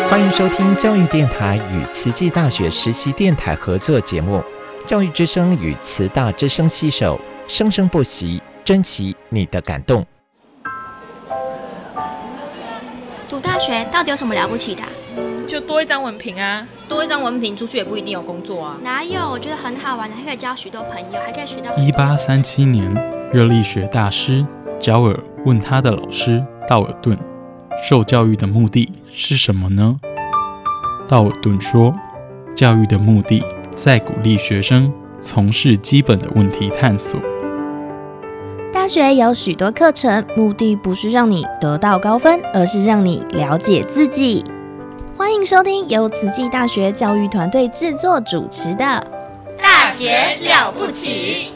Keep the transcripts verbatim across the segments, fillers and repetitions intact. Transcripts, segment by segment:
欢迎收听教育电台与慈济大学实习电台合作节目《教育之声》与慈大之声携手，生生不息，珍惜你的感动。 读大学到底有什么了不起的、啊？ 嗯，就多一张文凭啊。 多一张文凭，出去也不一定有工作啊。 哪有？我觉得很好玩的，还可以交许多朋友，还可以学到。 一八三七年，热力学大师焦耳问他的老师道尔顿，受教育的目的是什么呢？道尔顿说，教育的目的在鼓励学生从事基本的问题探索。 大学有许多课程，目的不是让你得到高分，而是让你了解自己。欢迎收听由慈济大学教育团队制作主持的《 大学了不起》。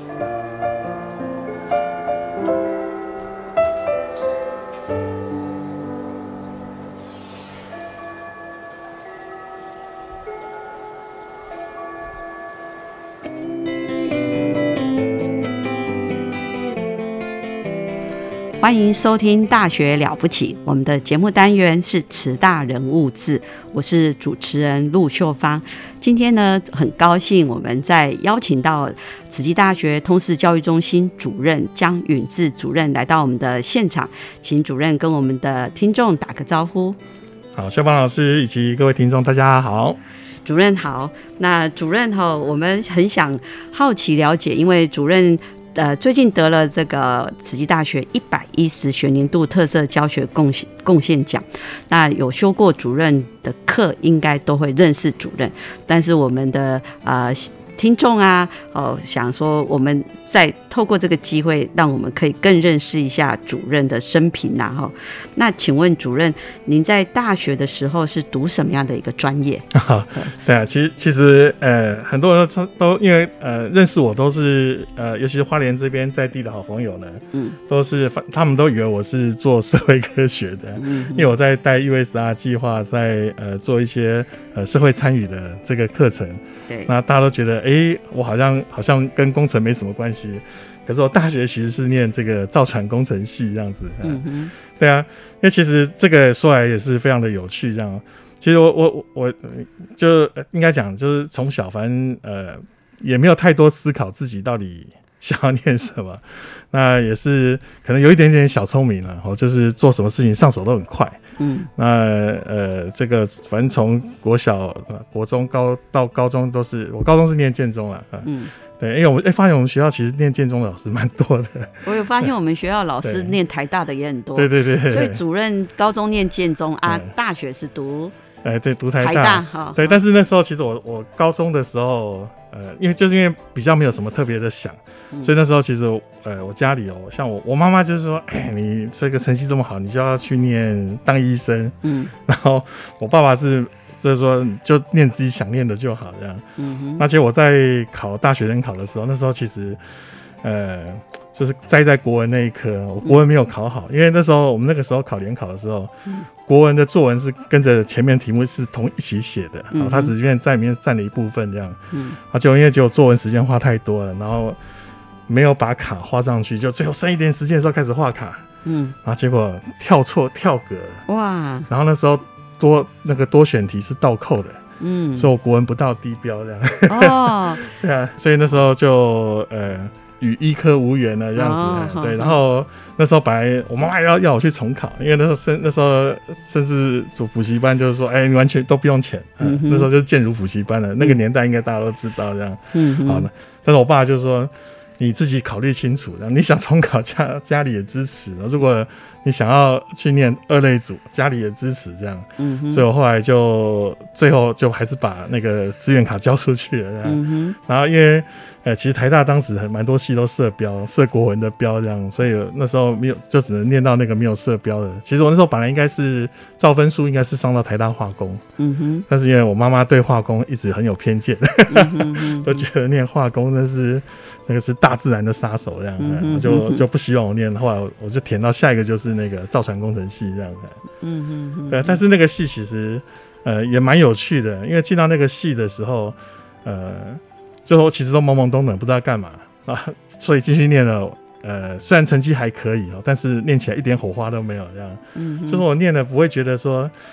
欢迎收听《大学了不起》，我们的节目单元是慈大人物志，我是主持人陆秀芳。今天呢，很高兴我们在邀请到慈济大学通识教育中心主任江允志主任来到我们的现场，请主任跟我们的听众打个招呼。 好，秀芳老师以及各位听众，大家好。 主任好。那主任哈，我们很想好奇了解，因为主任呃，最近得了这个慈济大学一百一十学年度特色教学贡献贡献奖。那有修过主任的课，应该都会认识主任。但是我们的呃听众啊，哦，想说我们再透过这个机会，让我们可以更认识一下主任的生平呐、啊。哈，那请问主任，您在大学的时候是读什么样的一个专业？ 对啊，其实其实呃，很多人都都因为呃认识我都是呃，尤其是花莲这边在地的好朋友呢，嗯，都是他们都以为我是做社会科学的，嗯，因为我在带 U S R 计划，在呃做一些呃社会参与的这个课程，对，那大家都觉得，哎、欸，我好像好像跟工程没什么关系。可是我大学其实是念这个造船工程系这样子，嗯哼，对啊，因为其实这个说来也是非常的有趣，这样。其实我我我就应该讲，就是从小反正呃也没有太多思考自己到底想要念什么，那也是可能有一点点小聪明了，哦，就是做什么事情上手都很快，嗯，那呃这个反正从国小、国中、高到高中都是，我高中是念建中了，嗯。对，因为我们、欸、发现我们学校其实念建中的老师蛮多的。 我有发现我们学校老师念台大的也很多。 对对 对, 对。 所以主任高中念建中啊，大学是读， 哎、欸、对，读台大。 台大好。 对，但是那时候其实我我高中的时候，呃，因为就是因为比较没有什么特别的想、嗯，所以那时候其实呃我家里哦，像我我妈妈就是说，哎、欸，你这个成绩这么好，你就要去念当医生。嗯。然后我爸爸是。就是说，就念自己想念的就好，这样。嗯哼。而且我在考大学联考的时候，那时候其实，呃，就是栽在国文那一科，我国文没有考好，嗯、因为那时候我们那个时候考联考的时候，嗯、国文的作文是跟着前面题目是同一起写的，嗯、它只是在里面占了一部分这样。嗯。而且因为只有作文时间花太多了，然后没有把卡画上去，就最后剩一点时间的时候开始画卡。嗯。然后结果跳错跳格了。哇。然后那时候。多那个多选题是倒扣的，嗯，所以我国文不到低标这样。哦，对啊，所以那时候就呃与医科无缘了这样子，哦、对。然后那时候本来我妈妈要要我去重考，因为那时候甚那时候甚至做补习班就是说，哎、欸，你完全都不用钱，嗯、那时候就是建儒补习班了。那个年代应该大家都知道这样，嗯，好的。但是我爸就说。你自己考虑清楚，然后你想重考家家里也支持，如果你想要去念二类组，家里也支持这样。嗯哼，所以我后来就最后就还是把那个志愿卡交出去了这样。嗯哼，然后因为呃其实台大当时很蛮多系都设标，设国文的标这样，所以那时候没有就只能念到那个没有设标的。其实我那时候本来应该是照分数应该是上到台大化工。嗯哼，但是因为我妈妈对化工一直很有偏见，嗯哼哼都觉得念化工那是那个是大自然的杀手这样，嗯、就就不希望我念。后来我就填到下一个就是那个造船工程系这样。嗯哼哼，对，但是那个系其实呃也蛮有趣的，因为进到那个系的时候，呃，最后其实都懵懵懂懂不知道干嘛啊，所以继续念了。呃，虽然成绩还可以哦，但是念起来一点火花都没有这样。嗯，就是我念的不会觉得说。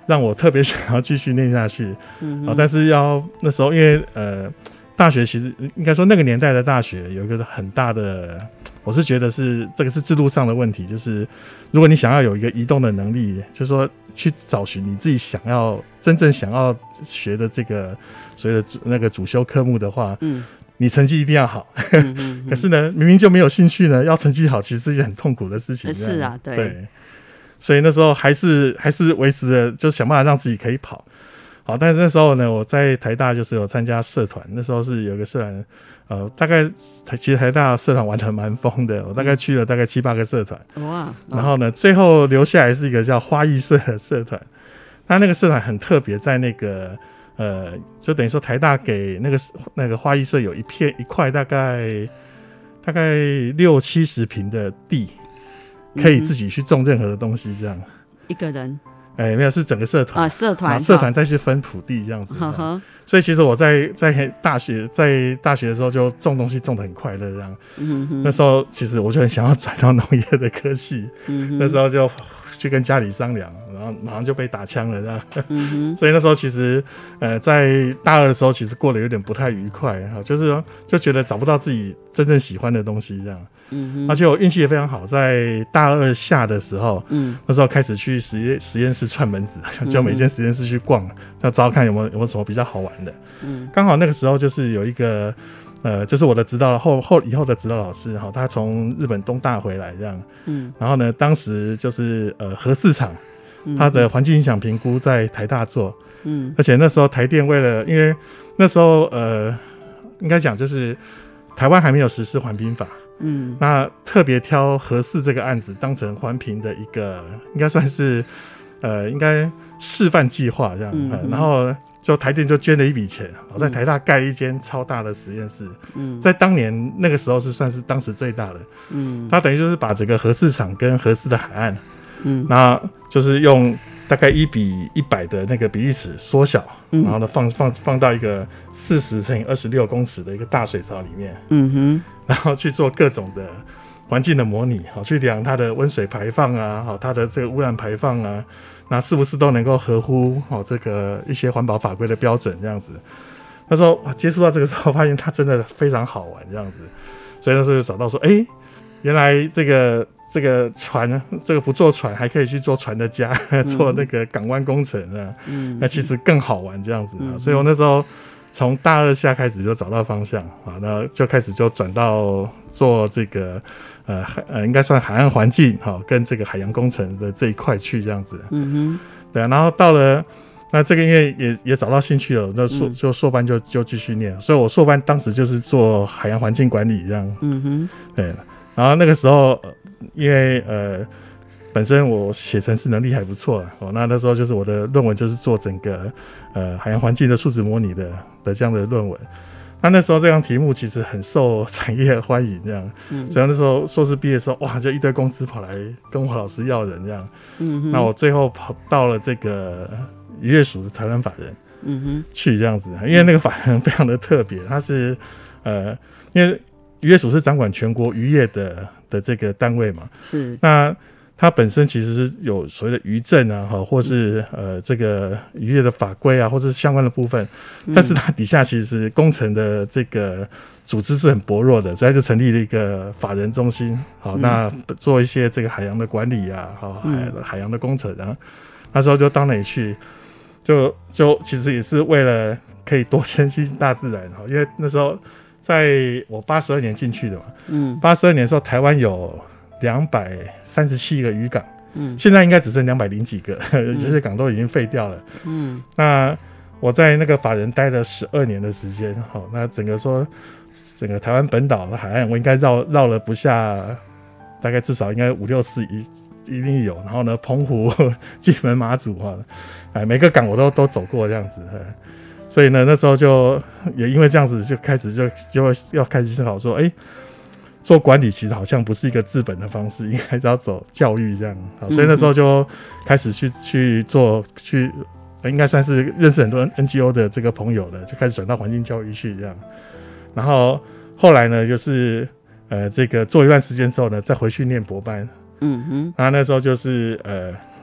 让我特别想要继续念下去。 嗯啊，但是要那时候因为呃。大学其实应该说那个年代的大学有一个很大的，我是觉得是这个是制度上的问题，就是如果你想要有一个移动的能力，就是说去找寻你自己想要真正想要学的这个所谓的那个主修科目的话，嗯，你成绩一定要好。嗯嗯嗯可是呢，明明就没有兴趣呢，要成绩好其实是一件很痛苦的事情。 是啊，对。 对，所以那时候还是还是维持着，就想办法让自己可以跑。好，但是那时候呢，我在台大就是有参加社团，那时候是有一个社团，呃，大概其实台大社团玩得蛮疯的，我大概去了大概七八个社团，哇，然后呢，最后留下来是一个叫花艺社的社团，他那个社团很特别，在那个呃，就等于说台大给那个那个花艺社有一片一块大概大概六七十坪的地，可以自己去种任何的东西，这样、嗯、 一个人。 哎、欸，没有，是整个社团啊， 社团， 社团再去分土地这样子。呵呵所以其实我在在大学在大学的时候就种东西种得很快乐这样。嗯哼。那时候其实我就很想要转到农业的科系，嗯哼。那时候就去跟家里商量，然后马上就被打枪了这样。嗯哼。所以那时候其实呃在大二的时候其实过得有点不太愉快，就是说就觉得找不到自己真正喜欢的东西这样。嗯、而且我运气也非常好，在大二下的时候，嗯，那时候开始去实验实验室串门子，就每间实验室去逛，要找看有没有有没有什么比较好玩的。嗯，刚好那个时候就是有一个，呃，就是我的指导后后以后的指导老师哈，他从日本东大回来这样，嗯，然后呢，当时就是呃核四厂，它的环境影响评估在台大做，嗯，而且那时候台电为了，因为那时候呃，应该讲就是台湾还没有实施环评法。嗯，那特别挑核四这个案子当成环评的一个，应该算是，呃，应该示范计划这样、嗯呃，然后就台电就捐了一笔钱，然后在台大盖了一间超大的实验室，嗯，在当年那个时候是算是当时最大的，嗯，它等于就是把整个核四厂跟核四的海岸，嗯，那就是用大概一比一百的那个比例尺缩小，嗯、然后呢放放放到一个四十乘以二十六公尺的一个大水槽里面，嗯哼。然后去做各种的环境的模拟，好去量它的温水排放啊，好它的这个污染排放啊，那是不是都能够合乎好这个一些环保法规的标准这样子？那时候接触到这个时候，发现它真的非常好玩这样子，所以那时候就找到说，哎，原来这个这个船，这个不做船还可以去做船的家，嗯、做那个港湾工程啊，嗯，那其实更好玩这样子、啊嗯、所以我那时候。从大二下开始就找到方向啊，那就开始就转到做这个呃呃，应该算海岸环境哈、啊，跟这个海洋工程的这一块去这样子。嗯哼，对啊，然后到了那这个因为也也找到兴趣了，那硕就硕班就就继续念，所以我硕班当时就是做海洋环境管理这样。嗯哼，对，然后那个时候因为呃。本身我写程式能力还不错啊，哦，那那时候就是我的论文就是做整个呃海洋环境的数值模拟的的这样的论文。那那时候这样题目其实很受产业欢迎，这样，嗯，所以那时候硕士毕业的时候，哇，就一堆公司跑来跟我老师要人这样。嗯，那我最后跑到了这个渔业署的财团法人，嗯哼，去这样子，因为那个法人非常的特别，它是呃，因为渔业署是掌管全国渔业的的这个单位嘛，是那。它本身其实是有所谓的渔政啊，或是呃这个渔业的法规啊，或者是相关的部分，但是它底下其实工程的这个组织是很薄弱的，所以就成立了一个法人中心，好，那做一些这个海洋的管理啊，好海海洋的工程啊，那时候就到那里去，就就其实也是为了可以多亲近大自然，因为那时候在我八十二年进去的嘛，嗯，八十二年的时候台湾有。两百三十七个渔港，嗯，现在应该只剩两百零几个，有些港都已经废掉了，嗯。那我在那个法人待了十二年的时间，好，那整个说整个台湾本岛的海岸，我应该绕绕了不下，大概至少应该五六次一一定有。然后呢，澎湖、金门、马祖哈，哎，每个港我都都走过这样子，所以呢，那时候就也因为这样子，就开始就就要开始思考说，哎、欸。做管理其实好像不是一个治本的方式，应该是要走教育这样，好，所以那时候就开始去去做去，应该算是认识很多 N G O 的这个朋友的，就开始转到环境教育去这样。然后后来呢，就是呃这个做一段时间之后呢，再回去念博班，嗯哼，然后那时候就是呃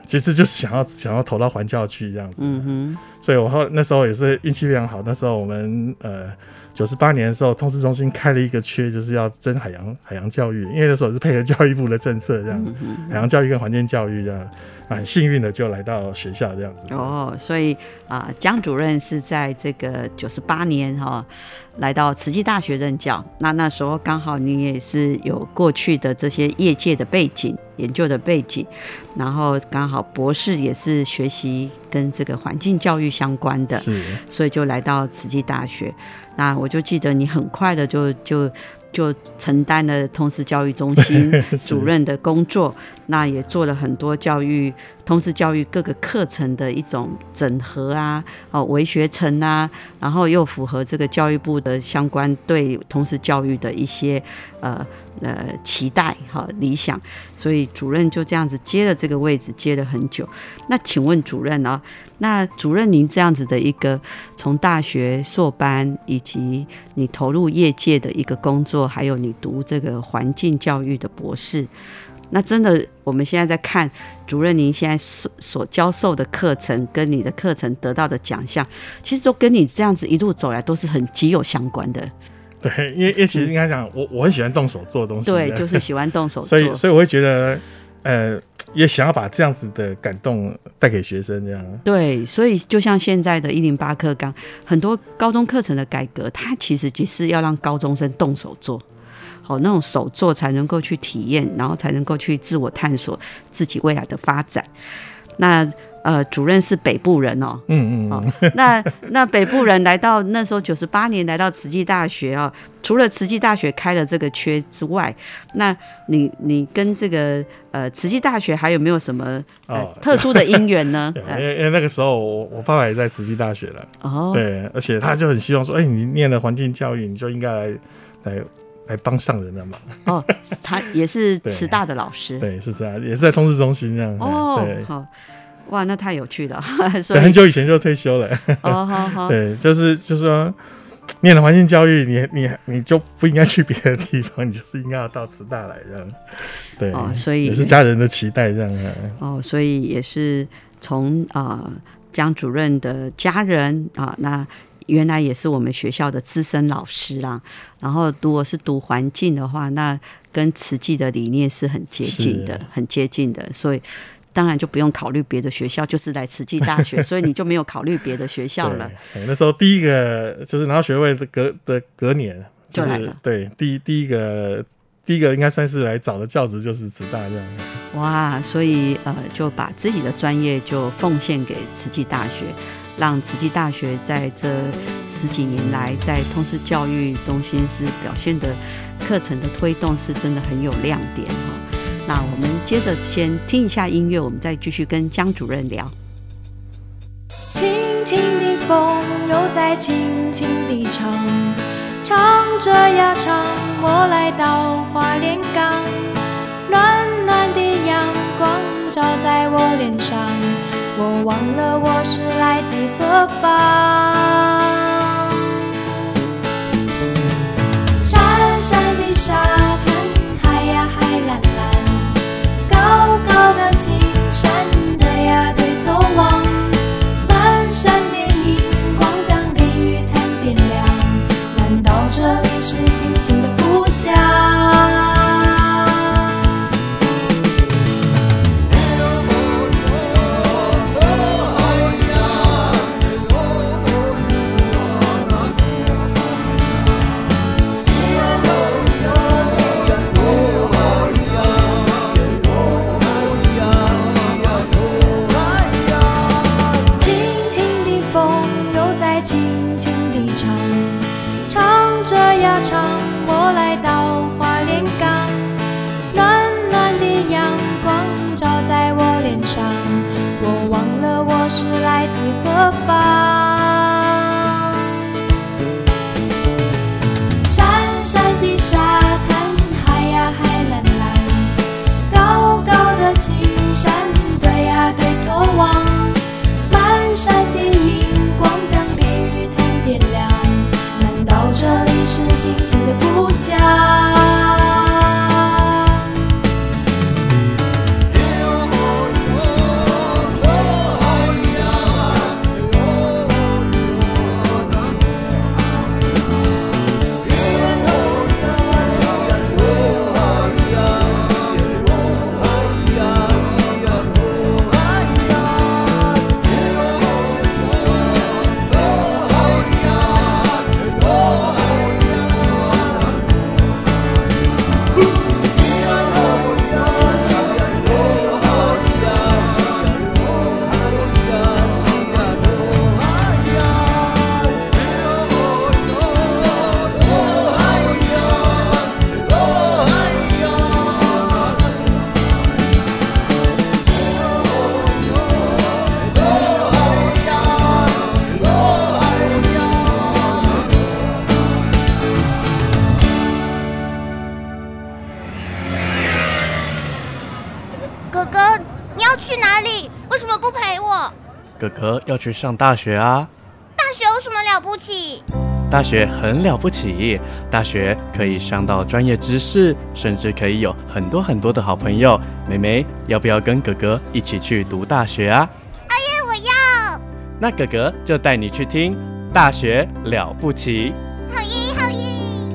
其实就是想要想要投到环教去这样子。 嗯哼， 所以我后那时候也是运气非常好，那时候我们呃九十八年的时候，通识中心开了一个缺，就是要征海洋海洋教育，因为那时候是配合教育部的政策这样，嗯、海洋教育跟环境教育这样。很幸运的就来到学校这样子哦，所以啊，江、呃、主任是在这个九十八年哈、哦，来到慈济大学任教。那那时候刚好你也是有过去的这些业界的背景、研究的背景，然后刚好博士也是学习跟这个环境教育相关的， 是， 所以就来到慈济大学。那我就记得你很快的就就。就承担了通识教育中心主任的工作，那也做了很多教育通识教育各个课程的一种整合啊，哦，微学程啊，然后又符合这个教育部的相关对通识教育的一些呃呃期待哈理想，所以主任就这样子接了这个位置，接了很久。那请问主任啊，那主任您这样子的一个从大学硕班以及你投入业界的一个工作，还有你读这个环境教育的博士，那真的我们现在在看主任您现在所教授的课程跟你的课程得到的奖项，其实都跟你这样子一路走来都是很极有相关的。 对，因为因为其实应该讲，我我很喜欢动手做东西， 对，就是喜欢动手做， 所以所以我会觉得，呃，也想要把这样子的感动带给学生，这样。对， 所以就像现在的一零八课纲，很多高中课程的改革，它其实就是要让高中生动手做。好，那种手做才能够去体验，然后才能够去自我探索自己未来的发展。那呃，主任是北部人哦， 嗯嗯， 哦、那那北部人来到那时候九十八年来到慈济大学啊、哦，除了慈济大学开了这个缺之外，那你你跟这个呃慈济大学还有没有什么、呃哦、特殊的因缘呢？ 因为因为那个时候我我爸爸也在慈济大学了，哦，对，而且他就很希望说，哎、欸，你念了环境教育，你就应该来来。来帮上人的忙哦，他也是慈大的老师， 对，是这样，也是在通识中心这样。 哦，对，好，哇，那太有趣了。 所以很久以前就退休了。 哦，好好， 对，就是就是说，念了环境教育，你你你就不应该去别的地方，你就是应该要到慈大来这样。对，哦，所以也是家人的期待这样。 哦，所以也是从啊江主任的家人啊那。原来也是我们学校的资深老师啦，然后如果是读环境的话，那跟慈济的理念是很接近的，很接近的，所以当然就不用考虑别的学校，就是来慈济大学，所以你就没有考虑别的学校了。 那时候第一个就是拿到学位的隔的隔年、就是、 就来了， 对，第第一个第一个应该算是来找的教职就是慈大这样。 哇，所以呃就把自己的专业就奉献给慈济大学。让慈济大学在这十几年来在通识教育中心是表现的课程的推动是真的很有亮点哈。那我们接着先听一下音乐，我们再继续跟江主任聊。 轻轻的风又在轻轻地唱，唱着呀唱，我来到花莲港，暖暖的阳光照在我脸上，我忘了我是来自何方。闪闪的沙滩，海呀海蓝蓝，高高的青山，对呀对头望，满山的荧光将鲤鱼潭点亮，难道这里是星星的故乡？ 哥哥要去上大学啊。 大学有什么了不起？ 大学很了不起，大学可以上到专业知识，甚至可以有很多很多的好朋友。妹妹，要不要跟哥哥一起去读大学啊？ 哎呀，我要！ 那哥哥就带你去听《大学了不起》。 好耶，好耶！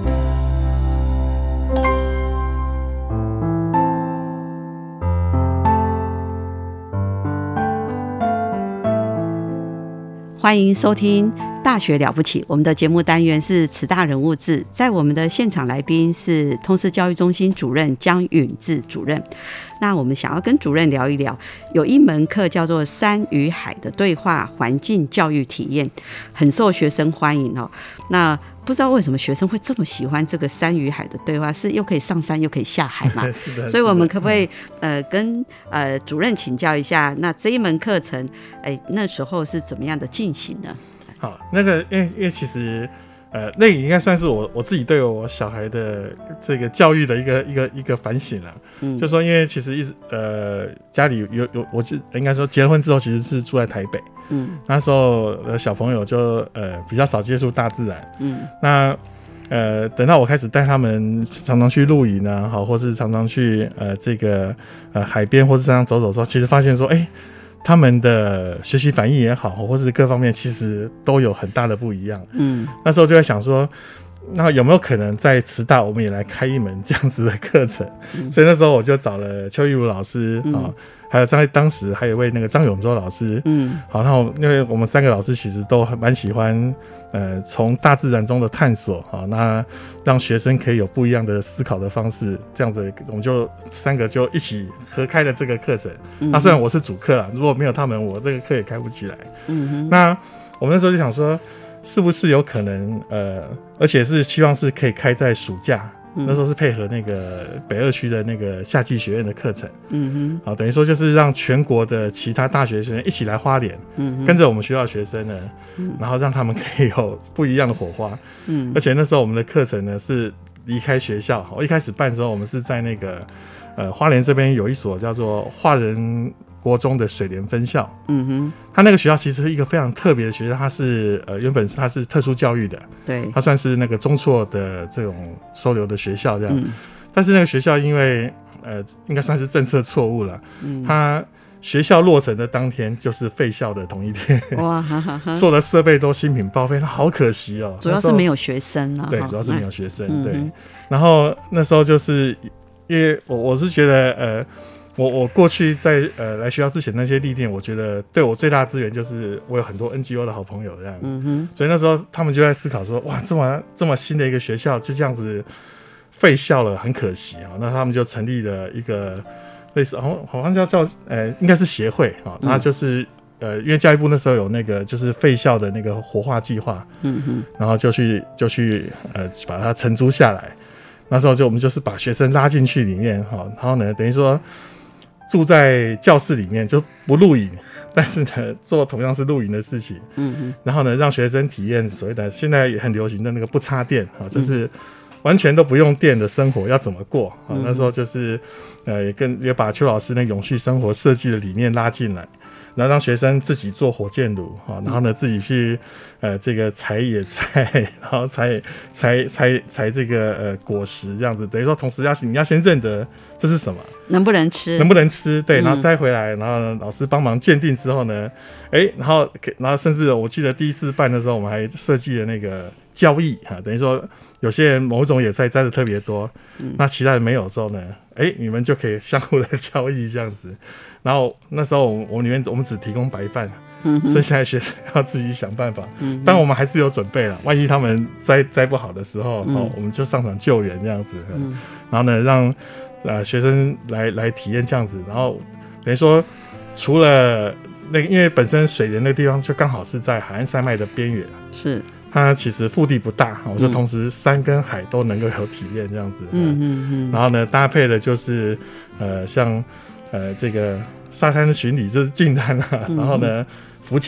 欢迎收听大学了不起，我们的节目单元是慈大人物志，在我们的现场来宾是通识教育中心主任江允志主任。那我们想要跟主任聊一聊，有一门课叫做山与海的对话环境教育体验，很受学生欢迎哦。那不知道为什么学生会这么喜欢这个山与海的对话，是又可以上山又可以下海嘛？ 是的， 所以我们可不可以呃跟呃主任请教一下，那这一门课程，哎，那时候是怎么样的进行呢？ 好，那个因为因为其实呃，那应该算是我我自己对我小孩的这个教育的一个一个一个反省啦。嗯，就说因为其实一直呃家里有有我就应该说结了婚之后其实是住在台北。嗯，那时候的小朋友就呃比较少接触大自然。嗯，那呃等到我开始带他们常常去露营啊，好，或是常常去呃这个呃海边或是山上走走的时候，其实发现说，哎、欸。他们的学习反应也好，或是各方面其实都有很大的不一样。嗯，那时候就在想说，那有没有可能在慈大我们也来开一门这样子的课程？嗯、所以那时候我就找了邱玉茹老师啊、嗯哦，还有在当时还有一位那个张永洲老师。嗯，好，那我因为我们三个老师其实都蛮喜欢呃从大自然中的探索啊、哦，那让学生可以有不一样的思考的方式，这样子我们就三个就一起合开了这个课程。嗯、那虽然我是主课啦，如果没有他们，我这个课也开不起来。嗯哼，那我们那时候就想说，是不是有可能呃，而且是希望是可以开在暑假。嗯、那时候是配合那个北二区的那个夏季学院的课程。嗯哼，好，等于说就是让全国的其他大学学生一起来花莲，嗯，跟着我们学校学生呢，嗯，然后让他们可以有不一样的火花。嗯，而且那时候我们的课程呢是离开学校，我一开始办的时候，我们是在那个呃花莲这边有一所叫做华人国中的水莲分校。嗯哼，他那个学校其实是一个非常特别的学校，它是呃原本是它是特殊教育的，对，它算是那个中辍的这种收留的学校这样。嗯、但是那个学校因为呃应该算是政策错误了，嗯，它学校落成的当天就是废校的同一天，哇，哈哈哈，所有的设备都新品报废，好可惜哦。 主要是没有学生啊， 对，主要是没有学生，嗯、对。然后那时候就是因为我我是觉得呃。我我过去在呃来学校之前那些历练，我觉得对我最大的资源就是我有很多 N G O 的好朋友这样，嗯哼，所以那时候他们就在思考说，哇，这么这么新的一个学校就这样子废校了，很可惜啊。那他们就成立了一个类似好好像叫叫呃应该是协会啊，然后就是呃因为教育部那时候有那个就是废校的那个活化计划，嗯哼，然后就去就去呃把它承租下来。那时候就我们就是把学生拉进去里面哈，然后呢等于说。住在教室里面就不录影，但是呢做同样是录影的事情，嗯嗯，然后呢让学生体验所谓的现在也很流行的那个不插电啊，就是完全都不用电的生活要怎么过啊？嗯、那时候就是呃也跟也把邱老师那永续生活设计的理念拉进来，然后让学生自己做火箭炉啊，然后呢自己去呃这个采野菜，然后采采采采这个呃果实这样子，等于说同时要你要先认得这是什么。 能不能吃？ 能不能吃？对，然后摘回来，嗯、然后老师帮忙鉴定之后呢，哎，然后然后甚至我记得第一次办的时候，我们还设计了那个交易哈，等于说有些人某种野菜摘的特别多，嗯、那其他人没有的时候呢，哎，你们就可以相互的交易这样子。然后那时候我们我们里面我们只提供白饭，嗯、剩下的学生要自己想办法。嗯、但我们还是有准备了，万一他们摘摘不好的时候，嗯、哦，我们就上场救援这样子。嗯、然后呢，让呃学生来来体验这样子，然后等于说除了那个，因为本身水源那个地方就刚好是在海岸山脉的边缘，是它其实腹地不大，我就同时山跟海都能够有体验这样子。嗯嗯嗯。然后呢，搭配的就是呃像呃这个沙滩巡礼就是近滩啊，然后呢浮潜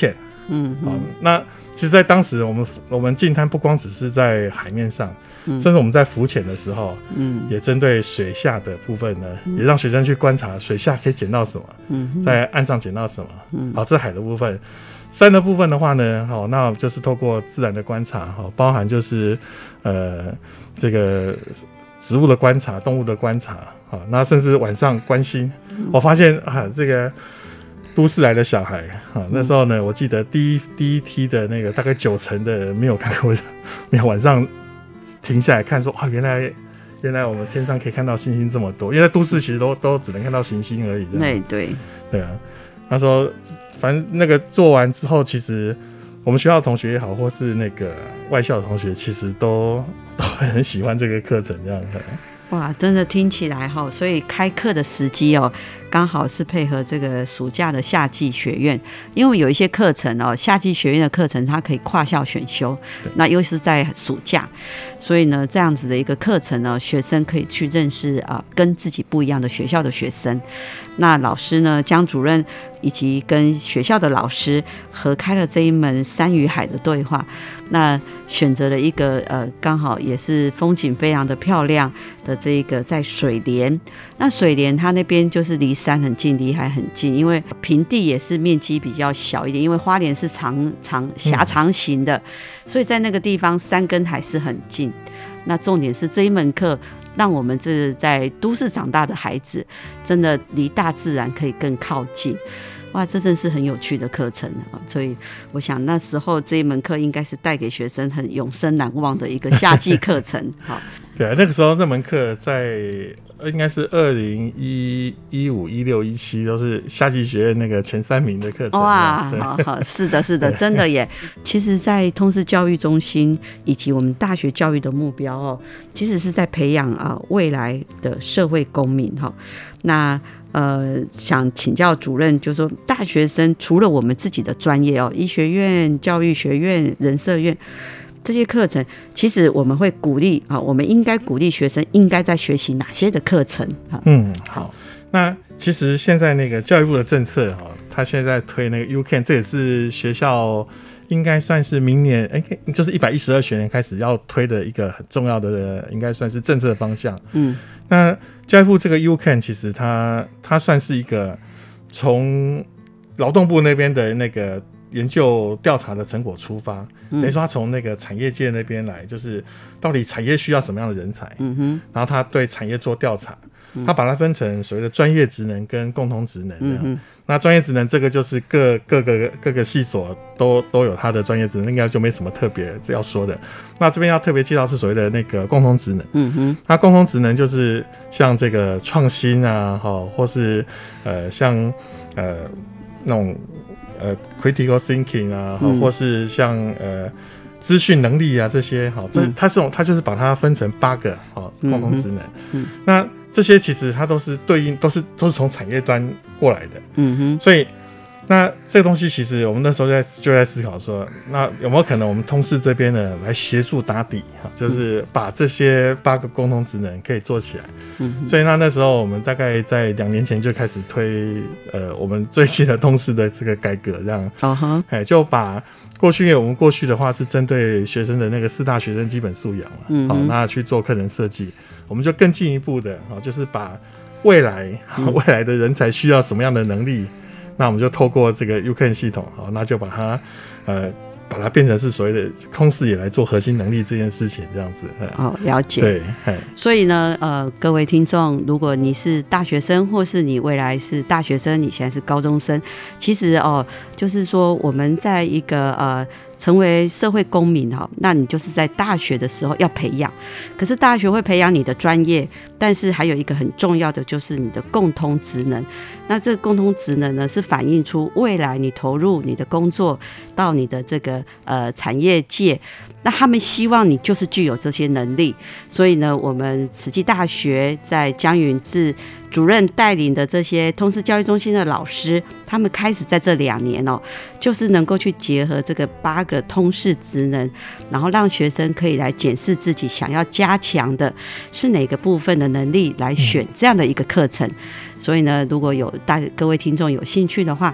嗯， 好，那其实，在当时我们我们净滩不光只是在海面上，嗯、甚至我们在浮潜的时候，嗯，也针对水下的部分呢，嗯、也让学生去观察水下可以捡到什么，嗯，在岸上捡到什么，嗯，好，这是海的部分。山的部分的话呢，好，那就是透过自然的观察，好，包含就是呃这个植物的观察、动物的观察，好，那甚至晚上观星，嗯、我发现啊，这个。都市来的小孩啊，那时候呢，我记得第一第一梯的那个大概九成的没有看过，没有晚上停下来看说，啊，原来原来我们天上可以看到星星这么多，因为在都市其实都都只能看到行星而已。 对对对啊，他说反正那个做完之后，其实我们学校的同学也好，或是那个外校的同学，其实都都很喜欢这个课程这样的。 哇，真的听起来哈，所以开课的时机哦，刚好是配合这个暑假的夏季学院，因为有一些课程哦，夏季学院的课程它可以跨校选修，那又是在暑假，所以呢，这样子的一个课程呢，学生可以去认识啊、呃，跟自己不一样的学校的学生。那老师呢，江主任以及跟学校的老师合开了这一门山与海的对话，那选择了一个呃，刚好也是风景非常的漂亮的这一个在水莲。那水莲它那边就是离山很近，离海很近，因为平地也是面积比较小一点，因为花莲是长长狭长型的，所以在那个地方山跟海是很近。那重点是这一门课让我们这在都市长大的孩子真的离大自然可以更靠近。哇，这真是很有趣的课程啊！所以我想那时候这一门课应该是带给学生很永生难忘的一个夏季课程。好， 对啊，那个时候这门课在应该是二零一五、一六、一七都是夏季学院那个前三名的课程。 哇，好好，是的，是的，真的耶！其实，在通识教育中心以及我们大学教育的目标哦，其实是在培养啊、呃、未来的社会公民哈。那呃，想请教主任，就是说大学生除了我们自己的专业哦，医学院、教育学院、人社院这些课程，其实我们会鼓励啊，我们应该鼓励学生应该在学习哪些的课程啊？ 嗯，好。那其实现在那个教育部的政策哈，他现在推那个 U Can， 这也是学校应该算是明年哎、欸，就是一百一十二学年开始要推的一个很重要的，应该算是政策方向。嗯，那教育部这个 U Can 其实它它算是一个从劳动部那边的那个研究调查的成果出发，等于说他从那个产业界那边来，就是到底产业需要什么样的人才，嗯哼，然后他对产业做调查，他把它分成所谓的专业职能跟共同职能这样。嗯，那专业职能这个就是各各个各个系所都都有它的专业职能，应该就没什么特别要说的。那这边要特别介绍是所谓的那个共同职能。嗯哼，那共同职能就是像这个创新啊，或是呃像呃那种呃 critical thinking 啊，嗯、或是像呃资讯能力啊这些，好，这它这种它就是把它分成八个好共同职能。嗯，那这些其实它都是对应，都是都是从产业端过来的。嗯哼，所以那这个东西其实我们那时候就在就在思考说，那有没有可能我们通识这边呢来协助打底，就是把这些八个共同职能可以做起来。嗯，所以那那时候我们大概在两年前就开始推呃我们最新的通识的这个改革，这样。哦哈，哎，就把过去我们过去的话是针对学生的那个四大学生基本素养嘛，嗯，好，那去做课程设计。我们就更进一步的，就是把未来、嗯、未来的人才需要什么样的能力，那我们就透过这个 U Can 系统，那就把它呃把它变成是所谓的通识也来做核心能力这件事情，这样子。 哦，了解。 对， 所以呢，呃，各位听众，如果你是大学生，或是你未来是大学生，你现在是高中生，其实哦，就是说我们在一个呃。成为社会公民，那你就是在大学的时候要培养。可是大学会培养你的专业，但是还有一个很重要的就是你的共通职能。那这个共通职能呢，是反映出未来你投入你的工作到你的这个呃产业界，那他们希望你就是具有这些能力。所以呢，我们慈济大学在江允志主任带领的这些通识教育中心的老师，他们开始在这两年哦，就是能够去结合这个八个通识职能，然后让学生可以来检视自己想要加强的是哪个部分的能力，来选这样的一个课程。所以呢，如果有大各位听众有兴趣的话，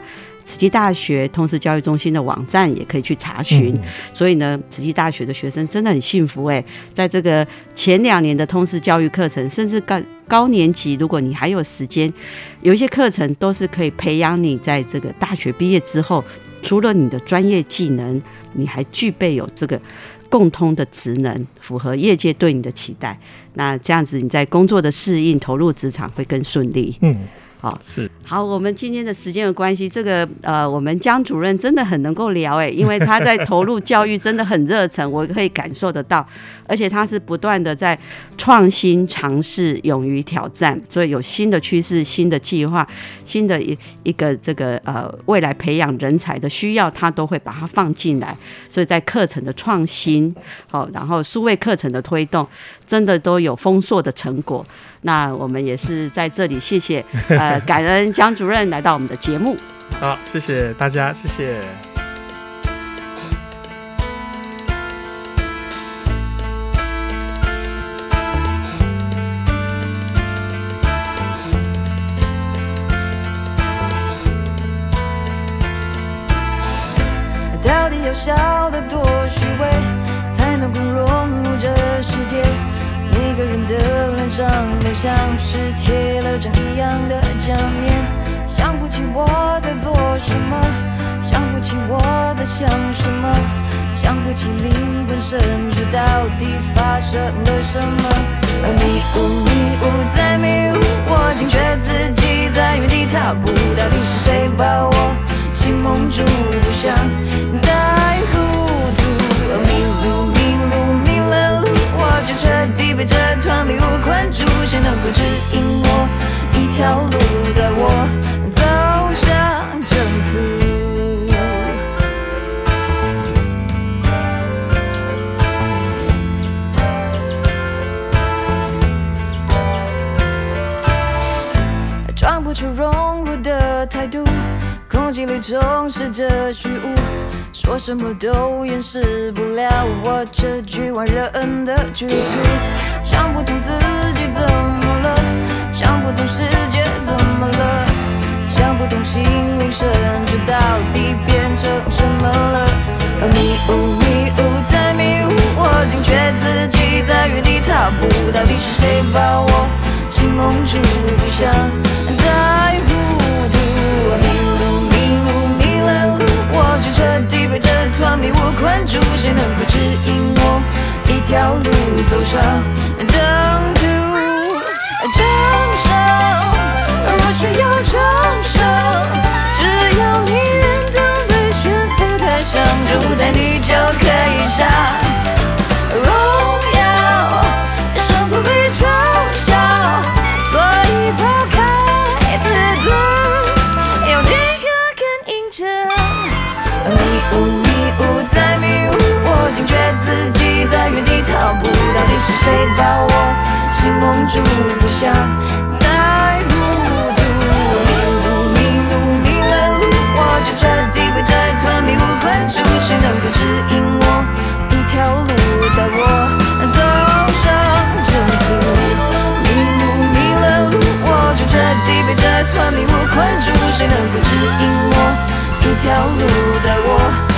慈济大学通识教育中心的网站也可以去查询。嗯、所以呢，慈济大学的学生真的很幸福哎，在这个前两年的通识教育课程，甚至高高年级，如果你还有时间，有一些课程都是可以培养你在这个大学毕业之后，除了你的专业技能，你还具备有这个共通的职能，符合业界对你的期待。那这样子你在工作的适应、投入职场会更顺利。嗯。好，是好。我们今天的时间的关系，这个呃，我们江主任真的很能够聊哎，因为他在投入教育真的很热忱，我可以感受得到，而且他是不断的在创新、尝试、勇于挑战，所以有新的趋势、新的计划、新的一一个这个呃未来培养人才的需要，他都会把它放进来。所以在课程的创新，好、哦，然后数位课程的推动，真的都有丰硕的成果。那我们也是在这里谢谢呃感恩江主任来到我们的节目。 好，谢谢大家，谢谢。 到底要笑得多虚伪，才能够融入这世界？每个人的脸上都像是贴了张一样的假面，想不起我在做什么，想不起我在想什么，想不起灵魂深处到底发生了什么。而迷雾迷雾在迷雾，我惊觉自己在原地踏步，到底是谁把我心蒙住，不想再糊涂。而迷路迷路迷了路，我就彻底被这团迷雾困住，谁能够指引我一条路，带我走向正途？装不出融入的态度，空气里充斥着虚无，说什么都掩饰不了我这局外人的局促。想不通自己怎么了，想不通世界怎么了，想不通心灵深处到底变成什么了。而迷雾迷雾在迷雾，我惊觉自己在原地踏步，到底是谁把我心蒙住，不想再糊涂。迷路迷路迷了路，我就彻底被这团迷雾困住，谁能够指引我一条路走上正途？掌声，我需要掌声，只要你愿当被悬浮台上，就不在你就可以上荣耀，胜过被嘲笑，所以抛开自尊，有几个更硬撑。迷雾迷雾在迷雾，我惊觉自己在原地踏步，到底是谁把我心蒙住，不想再糊涂。迷路迷路迷了路，我就彻底被这团迷雾困住，谁能够指引我一条路，带我走上正途？迷路迷了路，我就彻底被这团迷雾困住，谁能够指引我一条路，带我